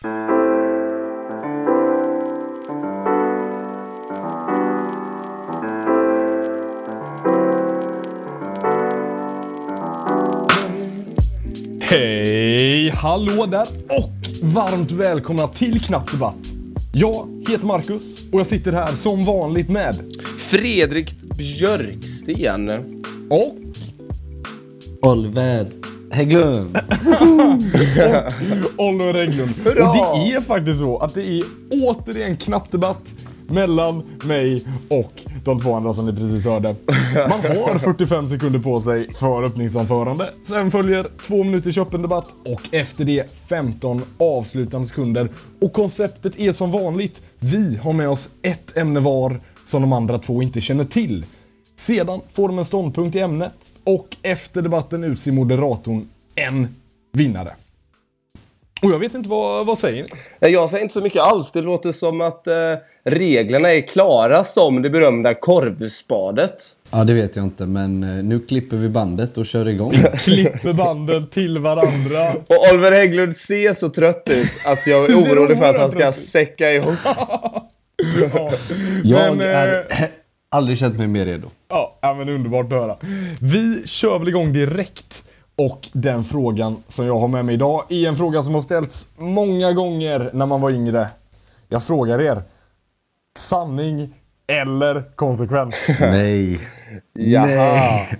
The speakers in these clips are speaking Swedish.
Hej, hallå där och varmt välkomna till Knappt Debatt. Jag heter Marcus och jag sitter här som vanligt med Fredrik Björksten och Oliver Hägglund. Oliver Hägglund. Hurra! Och det är faktiskt så att det är återigen Knappt Debatt mellan mig och de två andra som ni precis hörde. Man har 45 sekunder på sig för öppningsanförande. Sen följer 2 minuters öppen debatt och efter det 15 avslutande sekunder. Och konceptet är som vanligt. Vi har med oss ett ämne var som de andra två inte känner till. Sedan får de en ståndpunkt i ämnet och efter debatten utser moderatorn en vinnare. Och jag vet inte vad säger ni? Jag säger inte så mycket alls. Det låter som att reglerna är klara som det berömda korvspadet. Ja, det vet jag inte, men nu klipper vi bandet och kör igång. Klipper banden till varandra. Och Oliver Hägglund ser så trött ut att jag är orolig för att han ska säcka ihop. Ja. Jag Men, är aldrig känt mig mer redo. Ja, men underbart att höra. Vi kör väl igång direkt. Och den frågan som jag har med mig idag är en fråga som har ställts många gånger när man var yngre. Jag frågar er. Sanning eller konsekvens? Nej. Jaha. Nej.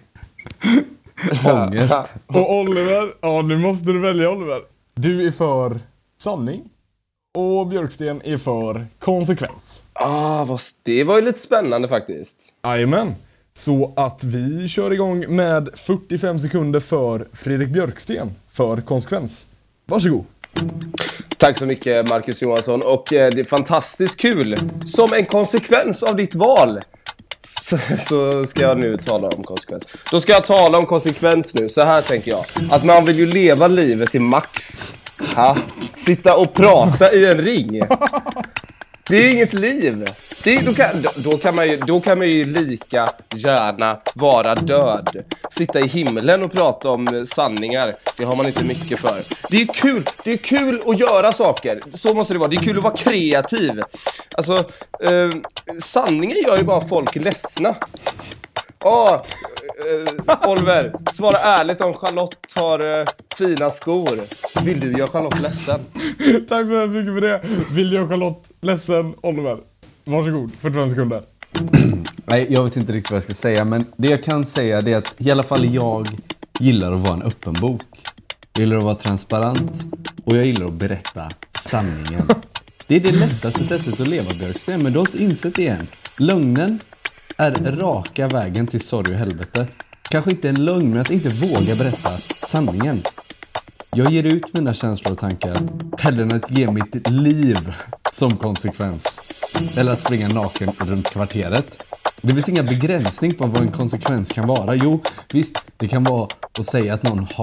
Ångest. Och Oliver, ja nu måste du välja Oliver. Du är för sanning. Och Björksten är för konsekvens. Det var ju lite spännande faktiskt. Jajamän. Så att vi kör igång med 45 sekunder för Fredrik Björksten för konsekvens. Varsågod. Tack så mycket Marcus Johansson. Och det är fantastiskt kul. Som en konsekvens av ditt val så ska jag nu tala om konsekvens. Då ska jag tala om konsekvens nu. Så här tänker jag. Att man vill ju leva livet till max. Sitta och prata i en ring. Det är inget liv. Då kan man ju lika gärna vara död. Sitta i himlen och prata om sanningar. Det har man inte mycket för. Det är kul. Det är kul att göra saker. Så måste det vara. Det är kul att vara kreativ. Alltså, sanningen gör ju bara folk ledsna. Oliver, svara ärligt om Charlotte har fina skor. Vill du göra Charlotte ledsen? Tack så hemskt mycket för det. Vill jag Charlotte ledsen Oliver? Varsågod, 45 sekunder. Nej, jag vet inte riktigt vad jag ska säga, men det jag kan säga är att i alla fall jag gillar att vara en öppen bok. Jag gillar att vara transparent och jag gillar att berätta sanningen. Det är det lättaste sättet att leva, Björksten, men du har inte insett det än. Lögnen är raka vägen till sorg och helvete. Kanske inte en lögn, men att inte våga berätta sanningen. Jag ger ut mina känslor och tankar hellre än att ge mitt liv som konsekvens. Eller att springa naken runt kvarteret. Det finns inga begränsning på vad en konsekvens kan vara. Jo, visst, det kan vara att säga att någon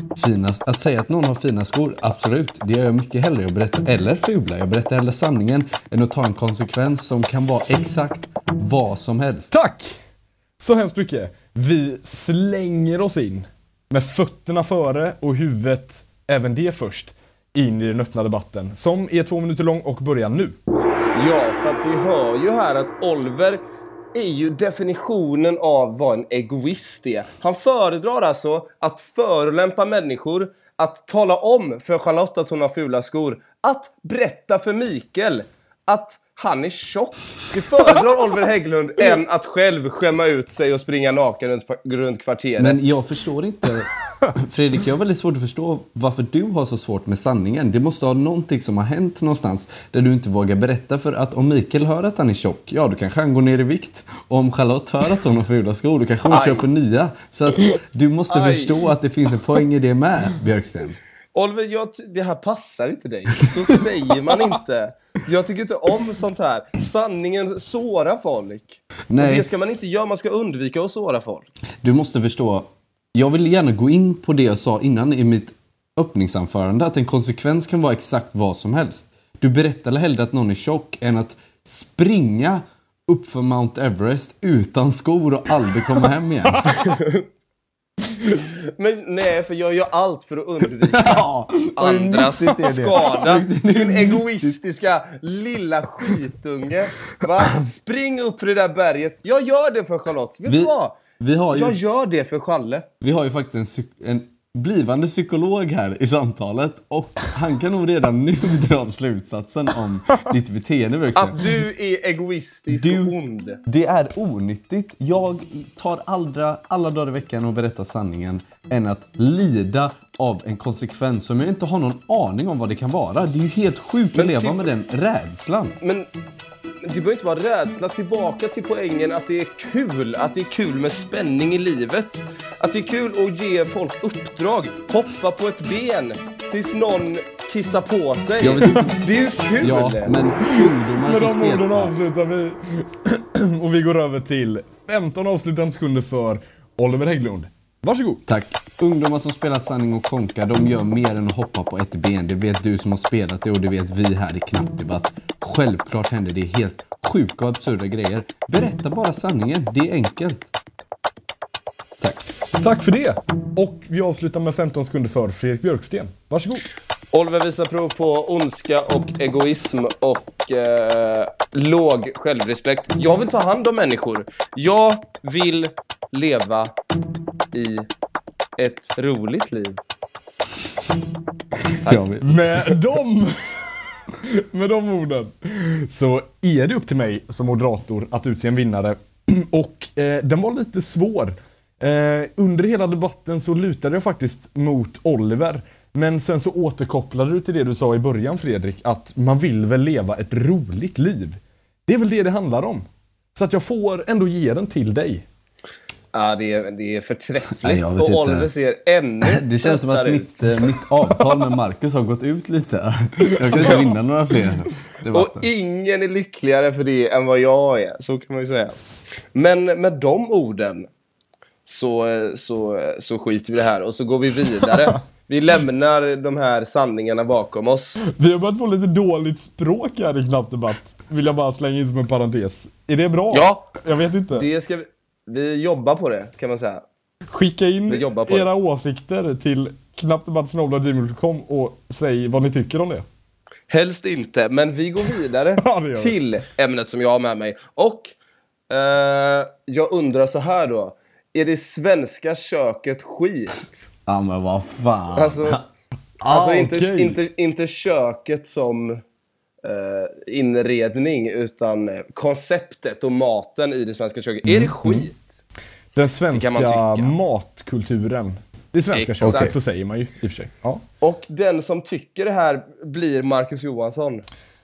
har fina skor. Absolut, det gör jag mycket hellre. Jag berättar eller fula. Jag berättar hellre sanningen än att ta en konsekvens som kan vara exakt vad som helst. Tack! Så hemskt mycket. Vi slänger oss in med fötterna före och huvudet, även det först, in i den öppna debatten. Som är 2 minuter lång och börjar nu. Ja, för att vi hör ju här att Oliver är ju definitionen av vad en egoist är. Han föredrar alltså att förolämpa människor, att tala om för Charlotte att hon har fula skor, att berätta för Mikael att han är tjock. Det föredrar Oliver Hägglund än att själv skämma ut sig och springa naken runt kvarteret. Men jag förstår inte, Fredrik, jag har väldigt svårt att förstå varför du har så svårt med sanningen. Det måste ha någonting som har hänt någonstans där du inte vågar berätta, för att om Mikael hör att han är tjock, ja då kanske han går ner i vikt. Och om Charlotte hör att hon har fula skor, då kanske hon köper nya. Så att du måste förstå att det finns en poäng i det med, Björksten. Oliver, det här passar inte dig. Så säger man inte. Jag tycker inte om sånt här. Sanningen sårar folk. Nej. Och det ska man inte göra. Man ska undvika att såra folk. Du måste förstå. Jag vill gärna gå in på det jag sa innan i mitt öppningsanförande. Att en konsekvens kan vara exakt vad som helst. Du berättar hellre att någon är tjock än att springa upp för Mount Everest utan skor och aldrig komma hem igen. Men nej, för jag gör allt för att undvika Ja, andras nyttigt är det. skada. Det är Din egoistiska lilla skitunge. Va? Spring upp för det där berget. Jag gör det för Charlotte. Vet du vad? Jag gör det för Challe. Vi har ju faktiskt en blivande psykolog här i samtalet. Och han kan nog redan nu dra slutsatsen om ditt beteende, Björksten. Att du är egoistisk och ond. Det är onyttigt. Jag tar alla dagar i veckan och berättar sanningen än att lida av en konsekvens som jag inte har någon aning om vad det kan vara. Det är ju helt sjukt att leva med den rädslan. Men det behöver inte vara rädsla. Tillbaka till poängen att det är kul. Att det är kul med spänning i livet. Att det är kul att ge folk uppdrag. Hoppa på ett ben tills någon kissar på sig. Det är ju kul. Ja, men ungdomar Med som de orden spelar... avslutar vi. Och vi går över till 15 avslutande sekunder för Oliver Hägglund. Varsågod. Tack. Ungdomar som spelar sanning och konka, de gör mer än att hoppa på ett ben. Det vet du som har spelat det och det vet vi här i Knappdebatt. Självklart händer det helt sjuka och absurda grejer. Berätta bara sanningen, det är enkelt. Tack. Tack för det. Och vi avslutar med 15 sekunder för Fredrik Björksten. Varsågod. Oliver visar prov på ondska och egoism och låg självrespekt. Jag vill ta hand om människor. Jag vill leva i ett roligt liv. Med de orden så är det upp till mig som moderator att utse en vinnare. Och den var lite svår. Under hela debatten så lutade jag faktiskt mot Oliver. Men sen så återkopplade du till det du sa i början, Fredrik, att man vill väl leva ett roligt liv. Det är väl det handlar om. Så att jag får ändå ge den till dig. Ja, det är förträffligt. Nej, och Oliver ser ännu det känns som att mitt avtal med Marcus har gått ut lite. Jag kan inte vinna några fler debatter. Och ingen är lyckligare för det än vad jag är. Så kan man ju säga. Men med de orden så skiter vi det här och så går vi vidare. Vi lämnar de här sanningarna bakom oss. Vi har börjat få lite dåligt språk här i Knappdebatt. Vill jag bara slänga in som en parentes. Är det bra? Ja. Jag vet inte. Det ska vi jobbar på det, kan man säga. Skicka in era åsikter till knappdebatt@gmail.com och säg vad ni tycker om det. Helst inte, men vi går vidare till ämnet som jag har med mig. Och jag undrar så här då. Är det svenska köket skit? Ja, men vad fan. Alltså inte köket som inredning, utan konceptet och maten i det svenska köket. Är det skit? Den svenska matkulturen. Det svenska köket, så säger man ju i och för sig. Ja. Och den som tycker det här blir Marcus Johansson.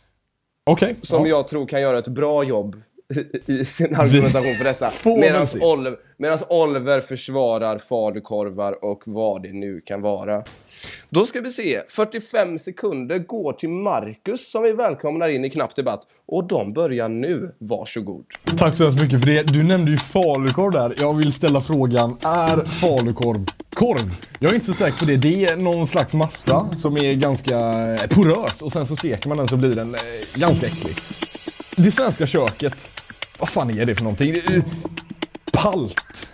Som jag tror kan göra ett bra jobb i sin argumentation för detta. Medan Oliver försvarar falukorvar och vad det nu kan vara. Då ska vi se. 45 sekunder går till Marcus som vi välkomnar in i Knappdebatt. Och de börjar nu. Varsågod. Tack så hemskt mycket för det. Du nämnde ju falukorv där. Jag vill ställa frågan. Är falukorv korv? Jag är inte så säker på det. Det är någon slags massa som är ganska porös. Och sen så steker man den så blir den ganska äcklig. Det svenska köket. Vad fan är det för någonting? Palt.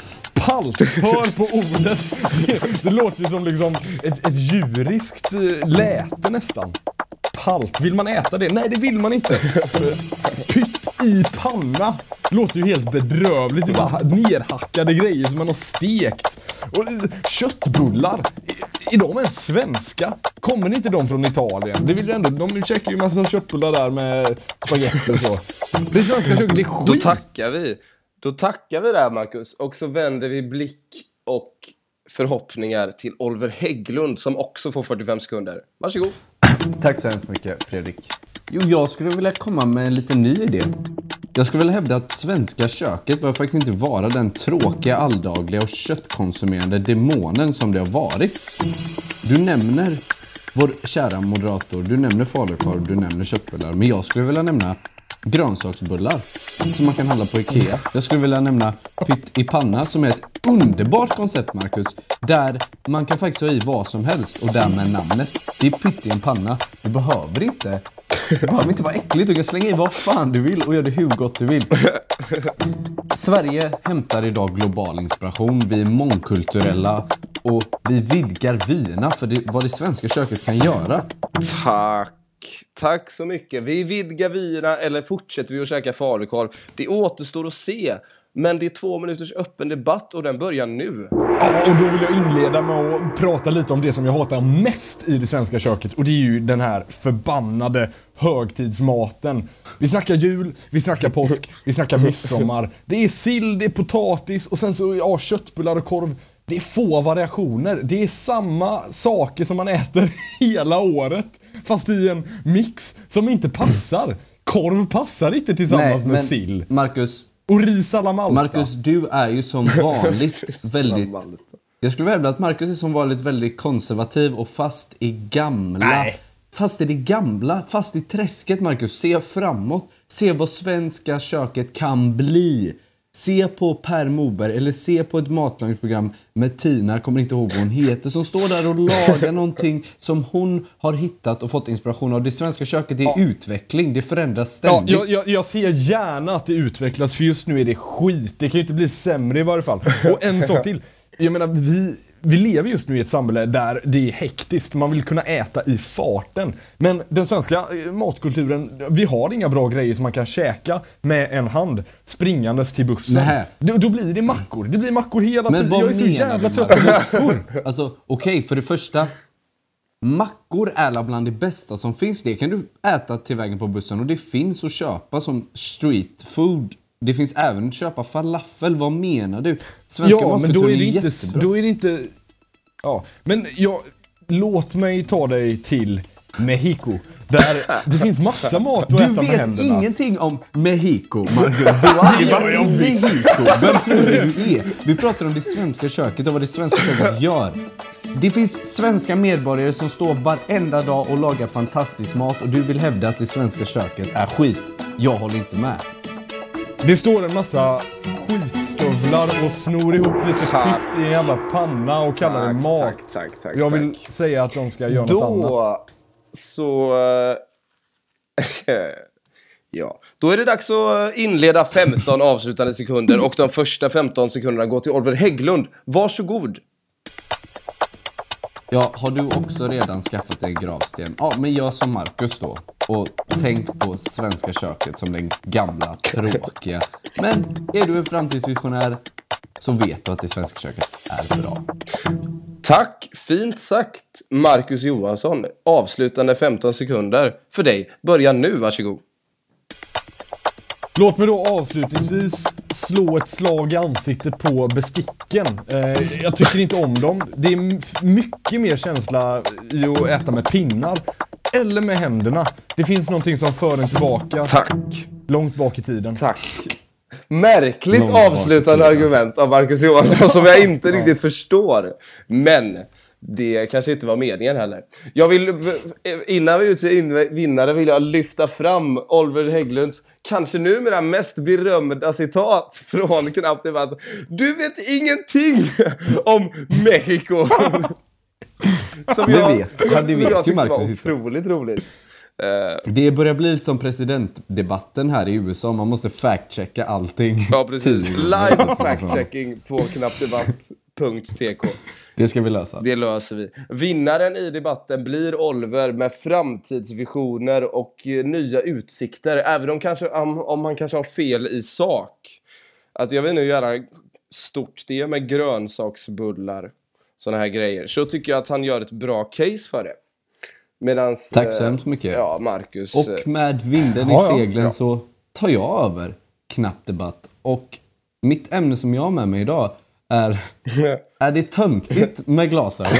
Hör på ordet. Det låter ju som liksom ett djuriskt läte nästan. Palt. Vill man äta det? Nej, det vill man inte. Pytt i panna. Låter ju helt bedrövligt. Det är bara nerhackade grejer som man har stekt. Och köttbullar. Är de ens svenska? Kommer inte de från Italien? Det vill ju ändå. De käkar ju massa köttbullar där med spagetti och så. Det svenska köket, det är skit. Då tackar vi där, Marcus. Och så vänder vi blick och förhoppningar till Oliver Hägglund som också får 45 sekunder. Varsågod. Tack så hemskt mycket, Fredrik. Jo, jag skulle vilja komma med en lite ny idé. Jag skulle vilja hävda att svenska köket bör faktiskt inte vara den tråkiga, alldagliga och köttkonsumerande demonen som det har varit. Du nämner vår kära moderator, du nämner falukorv, du nämner köttbullar. Men jag skulle vilja nämna grönsaksbullar som man kan handla på Ikea. Jag skulle vilja nämna pytt i panna som är ett underbart koncept, Marcus, där man kan faktiskt ha i vad som helst och därmed namnet. Det är pytt i en panna. Du behöver inte Det behöver inte vara äckligt. Du kan slänga i vad fan du vill och göra det hur gott du vill. Sverige hämtar idag global inspiration. Vi är mångkulturella och vi vidgar vyerna för vad det svenska köket kan göra. Tack så mycket. Vi vidgar vyerna eller fortsätter vi att käka falukorv? Det återstår att se. Men det är 2 minuters öppen debatt och den börjar nu. Ja, och då vill jag inleda med att prata lite om det som jag hatar mest i det svenska köket. Och det är ju den här förbannade högtidsmaten. Vi snackar jul, vi snackar påsk, vi snackar midsommar. Det är sill, det är potatis och sen så köttbullar och korv. Det är få variationer. Det är samma saker som man äter hela året. Fast i en mix som inte passar. Korv passar inte tillsammans med sill. Marcus... Och ris alla Malta. Marcus, du är ju som vanligt väldigt... Jag skulle hävda att Marcus är som vanligt väldigt konservativ och fast i gamla... Nej. Fast i det gamla, fast i träsket, Marcus. Se framåt. Se vad svenska köket kan bli. Se på Per Moberg eller se på ett matlagningsprogram med Tina, kommer inte ihåg vad hon heter, som står där och lagar någonting som hon har hittat och fått inspiration av. Det svenska köket, det är utveckling, det förändras ständigt. Ja, jag ser gärna att det utvecklas, för just nu är det skit. Det kan ju inte bli sämre i varje fall. Och en sak till. Jag menar, vi lever just nu i ett samhälle där det är hektiskt. Man vill kunna äta i farten. Men den svenska matkulturen, vi har inga bra grejer som man kan käka med en hand springandes till bussen. Nähä. Då blir det mackor. Det blir mackor hela Men tiden. Jag är så menar jävla du, trött på mackor. Alltså, okej, för det första, mackor är bland det bästa som finns. Det kan du äta till vägen på bussen och det finns att köpa som street food. Det finns även att köpa falafel. Vad menar du? Svenska Men då är det inte... jättebra. Då är det inte ja, men låt mig ta dig till Mexico. Där det finns massa mat att äta med händerna. Du vet ingenting om Mexico, Marcus. Du har aldrig varit i Mexico. Vem tror du är? Vi pratar om det svenska köket och vad det svenska köket gör. Det finns svenska medborgare som står varenda dag och lagar fantastisk mat och du vill hävda att det svenska köket är skit. Jag håller inte med. Det står en massa skitstövlar och snor ihop lite pytt i en jävla panna och kallar det mat. Tack. Jag vill säga att de ska göra något annat. Då så... ja. Då är det dags att inleda 15 avslutande sekunder och de första 15 sekunderna går till Oliver Hägglund. Varsågod. Ja, har du också redan skaffat en gravsten? Ja, men gör som Marcus då. Och tänk på svenska köket som den gamla, tråkiga. Men är du en framtidsvisionär så vet du att det svenska köket är bra. Tack, fint sagt, Marcus Johansson. Avslutande 15 sekunder för dig. Börja nu, varsågod. Låt mig då avslutningsvis slå ett slag i ansiktet på besticken. Jag tycker inte om dem. Det är mycket mer känsla i att äta med pinnar eller med händerna. Det finns någonting som för en tillbaka. Tack. Långt bak i tiden. Tack. Märkligt avslutande argument av Marcus Johansson som jag inte riktigt förstår. Men det kanske inte var meningen heller. Jag vill, innan vi utser vinnare vill jag lyfta fram Oliver Hägglunds kanske numera mest berömda citat från Knappt Debatt. Du vet ingenting om Mexiko. Som jag tyckte var otroligt roligt. Det börjar bli lite som presidentdebatten här i USA. Man måste fact-checka allting. Ja, precis. Live fact-checking på knappdebatt.tk. Det ska vi lösa. Det löser vi. Vinnaren i debatten blir Oliver med framtidsvisioner och nya utsikter. Även om han kanske har fel i sak. Att jag vill nu göra stort det med grönsaksbullar. Såna här grejer. Så tycker jag att han gör ett bra case för det. Medans, tack så hemskt mycket. Ja, Marcus. Och med vinden i seglen så tar jag över Knappt Debatt. Och mitt ämne som jag har med mig idag är det töntigt med glasögon?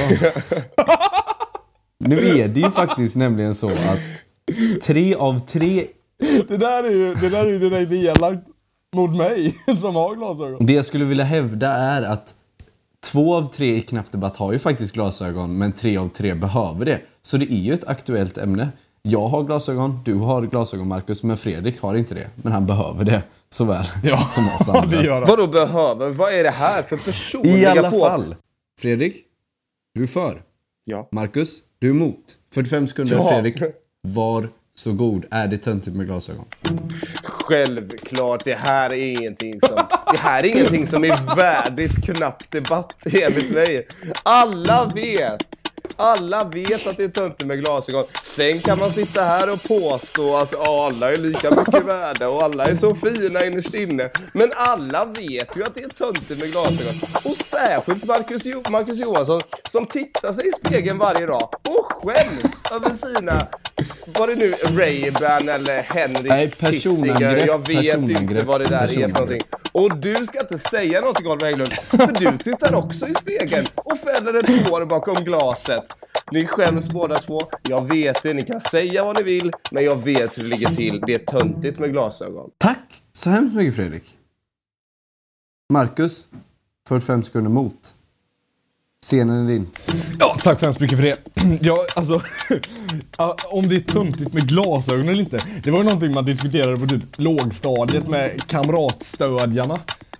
Nu är det ju faktiskt nämligen så att 3 av 3... Det där är ju den idélagt mot mig som har glasögon. Det jag skulle vilja hävda är att 2 av 3 i Knappt Debatt har ju faktiskt glasögon, men 3 av 3 behöver det. Så det är ju ett aktuellt ämne. Jag har glasögon, du har glasögon, Marcus, men Fredrik har inte det. Men han behöver det såväl som oss andra. Det gör han. Vadå behöver? Vad är det här för personliga I alla fall. Fredrik, du är för. Ja. Marcus, du är emot. 45 sekunder, Ja. Fredrik. Var så god. Är det töntigt med glasögon? Självklart, det här är ingenting som är värdigt knapp debatt enligt mig. Alla vet att det är töntigt med glasögon. Sen kan man sitta här och påstå att alla är lika mycket värda och alla är så fina innerst inne. Men alla vet ju att det är töntigt med glasögon. Och särskilt Marcus Johansson som tittar sig i spegeln varje dag och skäms över sina, vad det nu, Ray-Ban eller Henrik Kissinger. Jag vet inte vad det där är för någonting. Och du ska inte säga något, Oliver Hägglund, för du tittar också i spegeln och fäller ett hår bakom glaset. Ni skäms båda två. Jag vet det, ni kan säga vad ni vill, men jag vet hur det ligger till. Det är töntigt med glasögon. Tack så hemskt mycket, Fredrik. Marcus, 45 sekunder mot. Scenen är din. Ja, tack så hemskt mycket för det. Ja, alltså, om det är töntigt med glasögon eller inte. Det var ju någonting man diskuterade på typ lågstadiet med kamratstödjarna.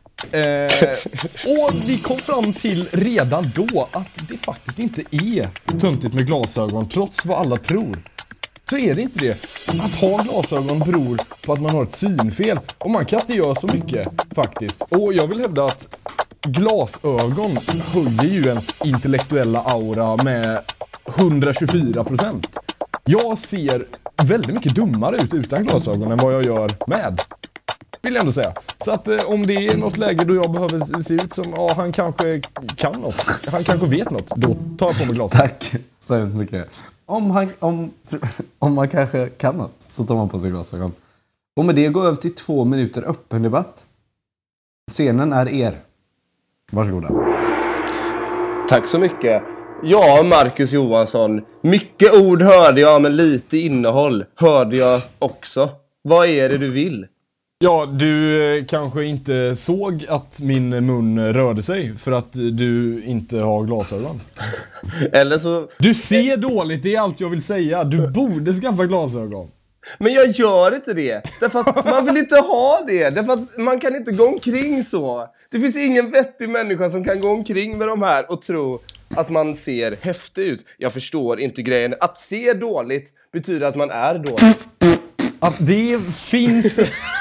Och vi kom fram till redan då att det faktiskt inte är töntigt med glasögon, trots vad alla tror. Så är det inte det. Att ha glasögon beror på att man har ett synfel. Och man kan inte göra så mycket faktiskt. Och jag vill hävda att glasögon höjer ju ens intellektuella aura med 124%. Jag ser väldigt mycket dummare ut utan glasögon än vad jag gör med. Vill jag ändå säga. Så att om det är något läge då jag behöver se ut som han kanske kan något. Han kanske vet något. Då tar jag på mig glasögon. Tack så hemskt mycket. Om man kanske kan något så tar man på sig glasögon. Och med det går över till 2 minuter öppen debatt. Scenen är er. Varsågoda. Tack så mycket. Ja, Marcus Johansson. Mycket ord hörde jag, men lite innehåll hörde jag också. Vad är det du vill? Ja, du kanske inte såg att min mun rörde sig för att du inte har glasögon. Eller så... Du ser dåligt, det är allt jag vill säga. Du borde skaffa glasögon. Men jag gör inte det. Därför att man vill inte ha det. Därför att man kan inte gå omkring så. Det finns ingen vettig människa som kan gå omkring med de här och tro att man ser häftig ut. Jag förstår inte grejen. Att se dåligt betyder att man är dålig. Att det finns...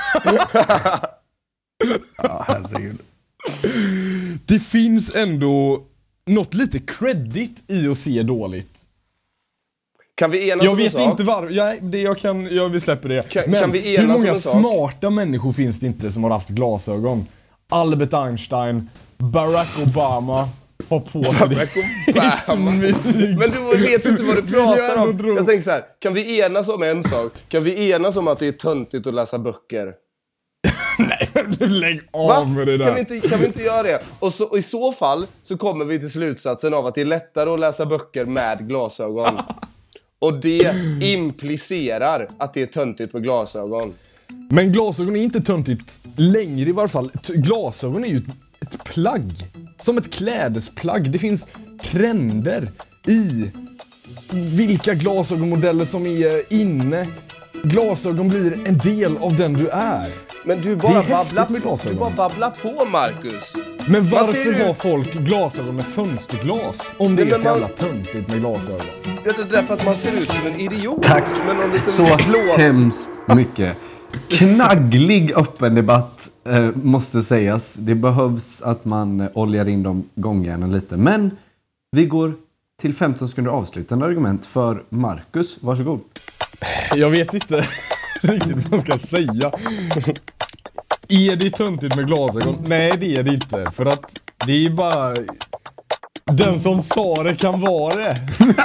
Ja, herregud. Det finns ändå något lite credit i att se dåligt. Kan vi enas jag vet inte varför. Vi släpper det. Men kan vi enas hur många smarta människor finns det inte som har haft glasögon? Albert Einstein, Barack Obama har på sig det. Men du vet inte vad du pratar om. Jag tänker så här, kan vi enas om en sak? Kan vi enas om att det är töntigt att läsa böcker? Nej, du lägg av med det där. Kan vi inte göra det? Och i så fall så kommer vi till slutsatsen av att det är lättare att läsa böcker med glasögon. Och det implicerar att det är töntigt med glasögon. Men glasögon är inte töntigt längre i varje fall. Glasögon är ju ett plagg. Som ett klädesplagg. Det finns trender i vilka glasögonmodeller som är inne. Glasögon blir en del av den du är. Men du bara babblar på, Marcus. Men varför har folk glasögon med fönsterglas? Om det är så jävla töntigt med glasögon. Det är därför att man ser ut som en idiot. Tack så hemskt mycket. Knagglig öppen debatt måste sägas. Det behövs att man oljar in de gångjärnen lite. Men vi går till 15 sekunder avslutande argument för Marcus. Varsågod. Jag vet inte riktigt vad jag ska säga. Är det töntigt med glasögon? Nej, det är det inte. För att det är bara... Den som sa det kan vara det.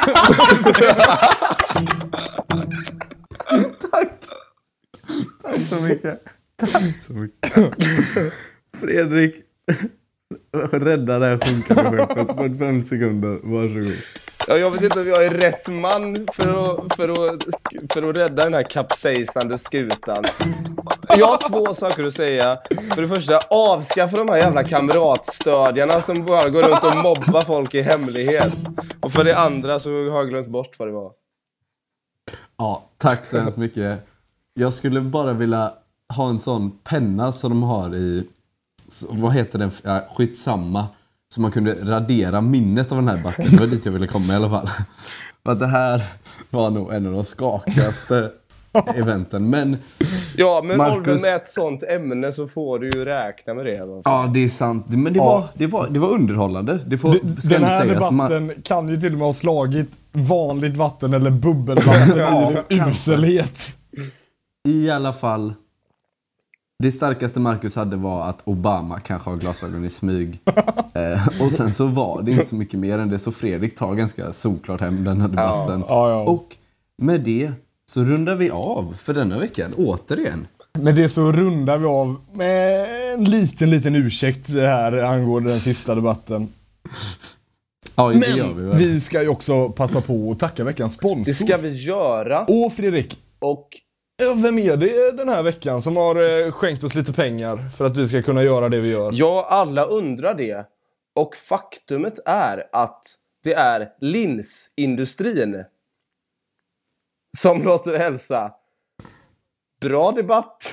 Tack så mycket. Tack så mycket. Fredrik, rädda det här sjunkande skeppet på 5 sekunder. Varsågod. Ja, jag vet inte om jag är rätt man för att rädda den här kapsejsande skutan. Jag har 2 saker att säga. För det första, avskaffa de här jävla kamratstödjarna som bara går runt och mobbar folk i hemlighet. Och för det andra så har jag glömt bort vad det var. Ja, tack så hemskt mycket. Jag skulle bara vilja ha en sån penna som de har i... Vad heter den? Ja, skitsamma. Så man kunde radera minnet av den här backen. Det var dit jag ville komma i alla fall. För att det här var nog en av de skakigaste eventen. Men Ja, men Marcus- Oliver, med ett sånt ämne så får du ju räkna med det. Va? ja, det är sant. Men det var underhållande. Det ska Den ändå här sägas. debatten kan ju till och med ha slagit vanligt vatten eller bubbelvatten i uselhet. I alla fall, det starkaste Marcus hade var att Obama kanske har glasögon i smyg. Och sen så var det inte så mycket mer än det. Så Fredrik tar ganska solklart hem den här debatten. Ja. Och med det så rundar vi av för denna veckan, återigen. Med det så rundar vi av med en liten ursäkt här angående den sista debatten. Ja, det gör vi Men väl. vi ska ju också passa på att tacka veckans sponsor. Det ska vi göra. Och Fredrik, Och vem är det den här veckan som har skänkt oss lite pengar för att vi ska kunna göra det vi gör? ja, alla undrar det. Och faktumet är att det är linsindustrin som låter hälsa. Bra debatt.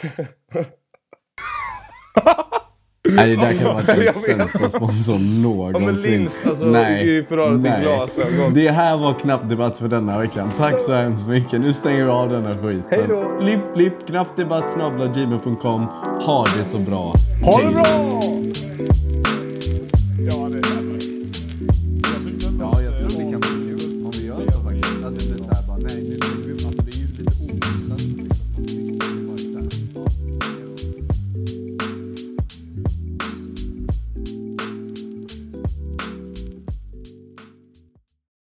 Nej, det där kan vara den Jag vet. sämsta sponsorn någonsin. men lins, alltså, i förhållande till glasögon. Det här var knappt debatt för denna veckan. Tack så hemskt mycket. Nu stänger vi av denna skiten. Hej då. Flipp, knappdebatt@gmail.com. Ha det så bra. Ha Hej det då. bra! Ja, det är Ja, jag tror det kan bli kul om vi gör så faktiskt. Att det blir såhär bara, nej, nu ska vi, alltså det är ju lite oväntat.